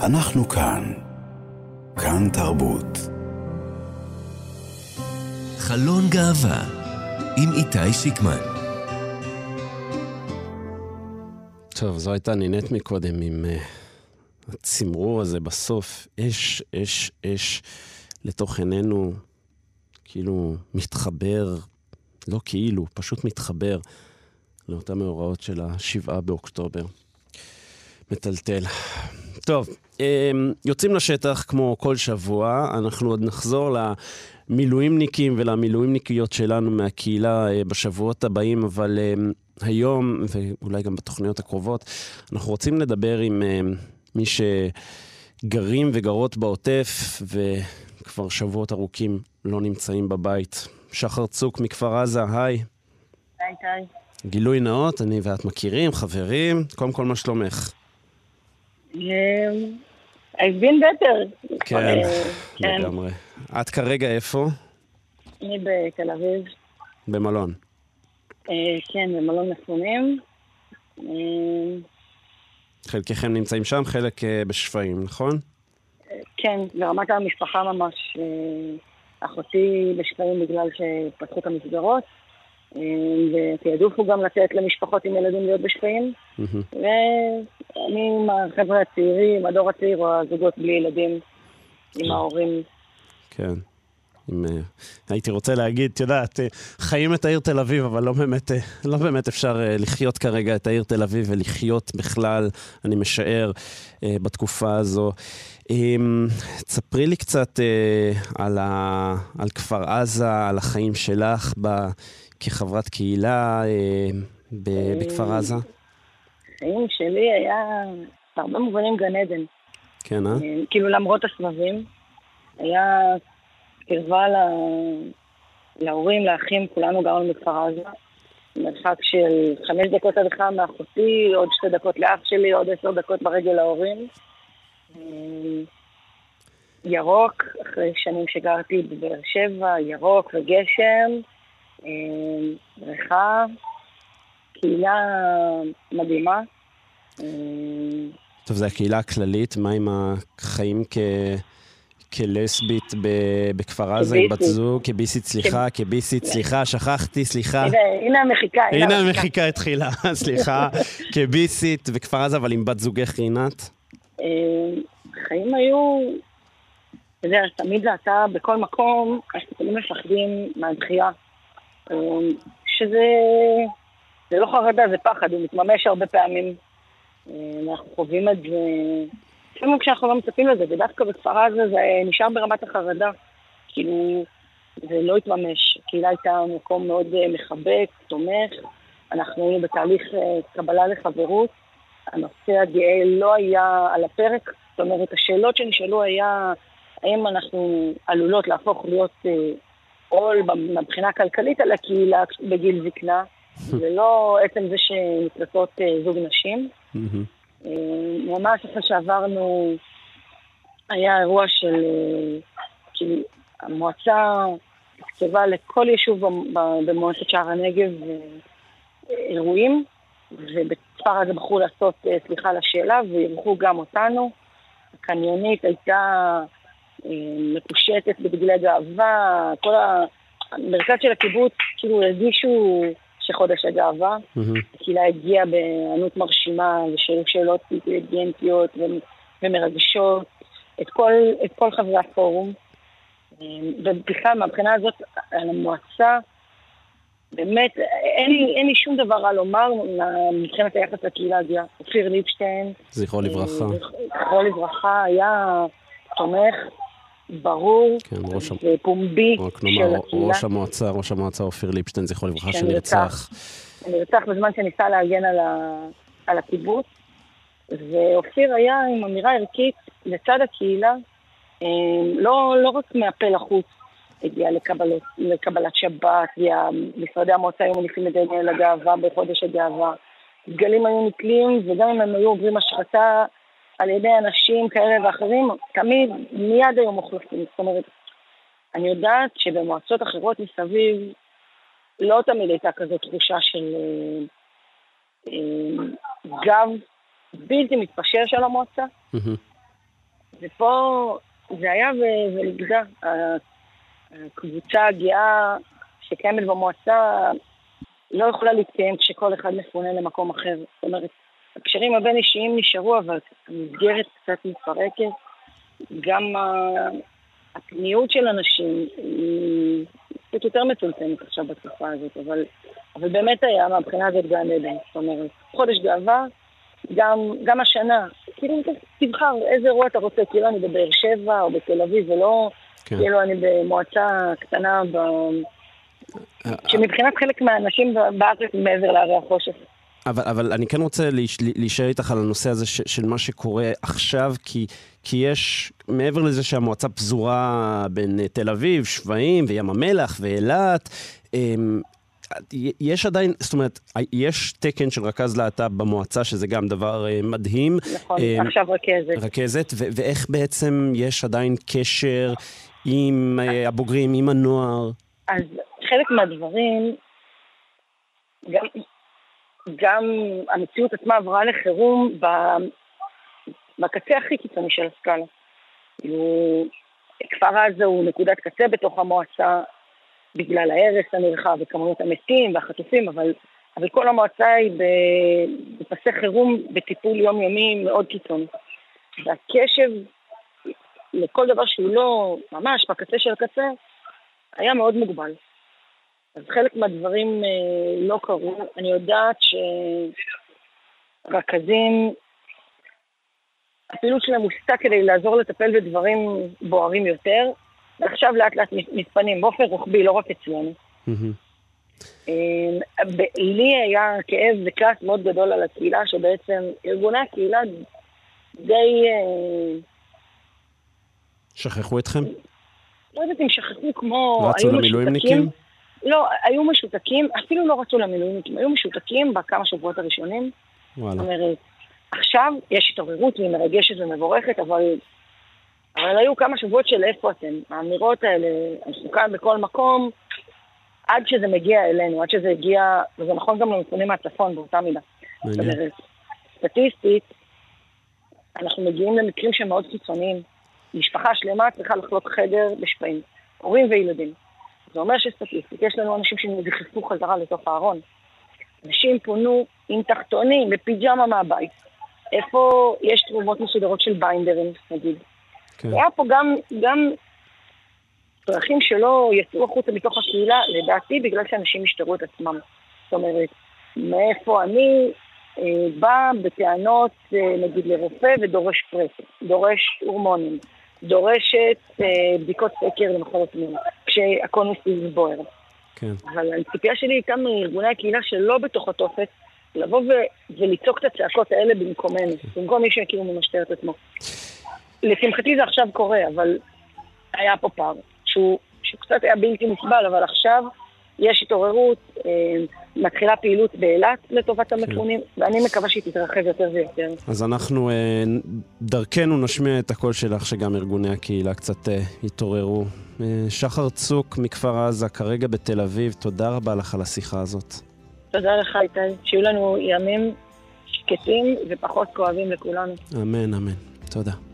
אנחנו כאן. כאן תרבות. חלון גאווה עם איתי שיקמן. טוב, זו הייתה נינת מקודם עם הצמרור הזה בסוף. אש, אש, אש לתוך עינינו, כאילו מתחבר, לא כאילו, פשוט מתחבר לאותם מאורעות של ה7 באוקטובר. מטלטל. טוב, יוצאים לשטח כמו כל שבוע, אנחנו עוד נחזור למילואימניקים ולמילואימניקיות שלנו מהקהילה בשבועות הבאים, אבל היום, ואולי גם בתוכניות הקרובות, אנחנו רוצים לדבר עם מי שגרים וגרות בעוטף, וכבר שבועות ארוכים לא נמצאים בבית. שחר צוק מכפר עזה, היי. היי. גילוי נאות, אני ואת מכירים, חברים. קודם כל, מה שלומך? I've been better. כן, לגמרי. את כרגע איפה? אני בתל אביב. במלון? כן, במלון מפונים. חלקכם נמצאים שם, חלק בשפיים, נכון? כן, ברמת המשפחה ממש. אחותי בשפיים בגלל שפתחו את המסגרות, ותיעדופו גם לתת למשפחות עם ילדים להיות בשפיים. ואני עם החבר'ה הצעירים, הדור הצעיר או הזוגות בלי ילדים, עם ההורים. כן. הייתי רוצה להגיד, את יודעת, חיים את העיר תל אביב, אבל לא באמת אפשר לחיות כרגע את העיר תל אביב ולחיות בכלל, אני משער, בתקופה הזו. תספרי לי קצת על כפר עזה, על החיים שלך כחברת קהילה בכפר עזה. החיים שלי היה הרבה מובנים גן עדן. כן, כאילו למרות הסבבים, היה קרבה להורים, לאחים, כולנו גרנו בכפר עזה. מרחק של 5 דקות הדרכה מאחותי, עוד 2 דקות לאח שלי, עוד 10 דקות ברגל להורים. ירוק, אחרי שנים שגרתי בבאר שבע, ירוק וגשם, בריכה, קהילה מדהימה. טוב, זה הקהילה הכללית, מה עם החיים כלסבית בכפר עזה, עם בת זוג, כביסית, סליחה, שכחתי, סליחה. הנה המחיקה. הנה המחיקה התחילה, סליחה. כביסית בכפר עזה, אבל עם בת זוגך רינת? החיים היו, אתה יודע, תמיד אתה בכל מקום, אנחנו תמיד מפחדים מהדחייה. שזה לא חרדה, זה פחד, הוא מתממש הרבה פעמים. אנחנו חווים את זה, לפעמים כשאנחנו לא מצפים לזה, ודווקא בכפר עזה זה נשאר ברמת החרדה. כאילו, זה לא התממש. הקהילה הייתה מקום מאוד מחבק, תומך. אנחנו היינו בתהליך קבלה לחברות. הנושא הגאה לא היה על הפרק. זאת אומרת, השאלות שנשאלו היה, האם אנחנו עלולות להפוך להיות עול מבחינה כלכלית על הקהילה בגיל זקנה, ולא עצם זה שנקלטות זוג נשים. ממש אחרי שעברנו, היה אירוע של, כאילו, המועצה תקצבה לכל יישוב במועצת שער הנגב אירועים, ובכפר הזה בחרו לעשות סליחה על השאלה, וירחו גם אותנו. הקניונית הייתה מקושטת בדגלי גאווה, כל המרכז של הקיבוץ, כאילו הרגישו שחודש הגאווה, הקהילה הגיעה בענות מרשימה, ושאלו שאלות אינטליגנטיות ומרגשות, את כל חברי הפורום, ובכלל מהבחינה הזאת, על המועצה, באמת, אין לי שום דבר רע לומר מבחינת היחס לקהילה הגאה. אופיר ליפשטיין, זכרו לברכה, היה תומך, ברור, ופומבי של הקהילה. ראש המועצה אופיר ליפשטיין, זכרו לברכה, שנרצח בזמן שניסה להגן על הקיבוץ, ואופיר היה עם אמירה ערכית לצד הקהילה, לא רק מהפה לחוץ, הגיע לקבלת שבת, משרדי המועצה היו מניפים את דגל הגאווה בחודש הגאווה, דגלים היו נתלים, וגם אם הם היו עוברים השחתה על ידי אנשים כאלה ואחרים, תמיד מיד היו מוחלפים. זאת אומרת, אני יודעת שבמועצות אחרות מסביב, לא תמיד הייתה כזאת תחושה של גב בלתי מתפשר של המועצה, ופה זה היה ונגזע. הקבוצה הגאה שקיימת במועצה לא יכולה להתקיים כשכל אחד מפונה למקום אחר. זאת אומרת, הקשרים הבין אישיים נשארו, אבל המסגרת קצת מתפרקת. גם הפניות של אנשים היא קצת יותר מצומצמת עכשיו בתקופה הזאת, אבל באמת היה מהבחינה הזאת גן עדן. זאת אומרת, חודש גאווה, גם השנה, כאילו תבחר איזה אירוע אתה רוצה, כאילו אני בבאר שבע או בתל אביב, ולא כאילו אני במועצה קטנה, שמבחינת חלק מהאנשים בארץ מעבר להרי החושך. אבל אני כן רוצה להישאר איתך על הנושא הזה של מה שקורה עכשיו, כי יש, מעבר לזה שהמועצה פזורה בין תל אביב, שפיים וים המלח ואילת, יש עדיין, זאת אומרת, יש תקן של רכז להט"ב במועצה, שזה גם דבר מדהים. נכון, עכשיו רכזת, ואיך בעצם יש עדיין קשר עם הבוגרים, עם הנוער? אז חלק מהדברים, גם המציאות עצמה עברה לחירום בקצה הכי קיצוני של הסקאלה. כפר עזה הוא נקודת קצה בתוך המועצה, בגלל ההרס הנרחב וכמויות המתים והחטופים, אבל כל המועצה היא בפסי חירום בטיפול יומיומי מאוד קיצוני. והקשב לכל דבר שהוא לא ממש בקצה של הקצה היה מאוד מוגבל. אז חלק מהדברים לא קרו. אני יודעת שרכזים, הפעילות שלהם הוסתה כדי לעזור לטפל בדברים בוערים יותר, ועכשיו לאט לאט מתפנים באופן רוחבי, לא רק אצלנו. לי היה כאב וכעס מאוד גדול על הקהילה, שבעצם ארגוני הקהילה די... שכחו אתכם? לא יודעת אם שכחו כמו... לא רצו למילואימניקים? לא, היו משותקים, אפילו לא רצו למילואימניקים, היו משותקים בכמה שבועות הראשונים. זאת אומרת, עכשיו יש התעוררות והיא מרגשת ומבורכת, אבל היו כמה שבועות של איפה אתם. האמירות האלה, מסוכן בכל מקום, עד שזה מגיע אלינו, עד שזה הגיע, וזה נכון גם למפונים מהצפון באותה מידה. זאת אומרת, סטטיסטית, אנחנו מגיעים למקרים שמאוד קיצוניים. משפחה שלמה צריכה לחלוק חדר בשפעים, הורים וילדים. זה אומר שסטטיסטית, יש לנו אנשים שנדחפו חזרה לתוך הארון. אנשים פונו עם תחתונים, בפיג'מה מהבית. איפה יש תרומות מסודרות של ביינדרים, נגיד. היה פה גם דרכים שלא יצאו החוצה מתוך הקהילה, לדעתי, בגלל שאנשים השתרו את עצמם. זאת אומרת, מאיפה אני בא בטענות, נגיד, לרופא ודורש פרסה, דורש הורמונים, דורשת בדיקות סקר למחלות מין, כשהכל מסביב בוער. אבל הציפייה שלי איתם מארגוני הקהילה שלא בתוך התופת, לבוא וליצוק את הצעקות האלה במקומנו, במקום מי שכאילו ממשטר את עצמו. לשמחתי זה עכשיו קורה, אבל היה פה פער, שהוא קצת היה בלתי נסבל, אבל עכשיו יש התעוררות, מתחילה פעילות באילת לטובת המפונים, ואני מקווה שהיא תתרחב יותר ויותר. אז אנחנו דרכנו נשמיע את הקול שלך, שגם ארגוני הקהילה קצת התעוררו. שחר צוק מכפר עזה, כרגע בתל אביב, תודה רבה לך על השיחה הזאת. תודה לך איתי, שיהיו לנו ימים שקטים ופחות כואבים לכולנו. אמן, אמן. תודה.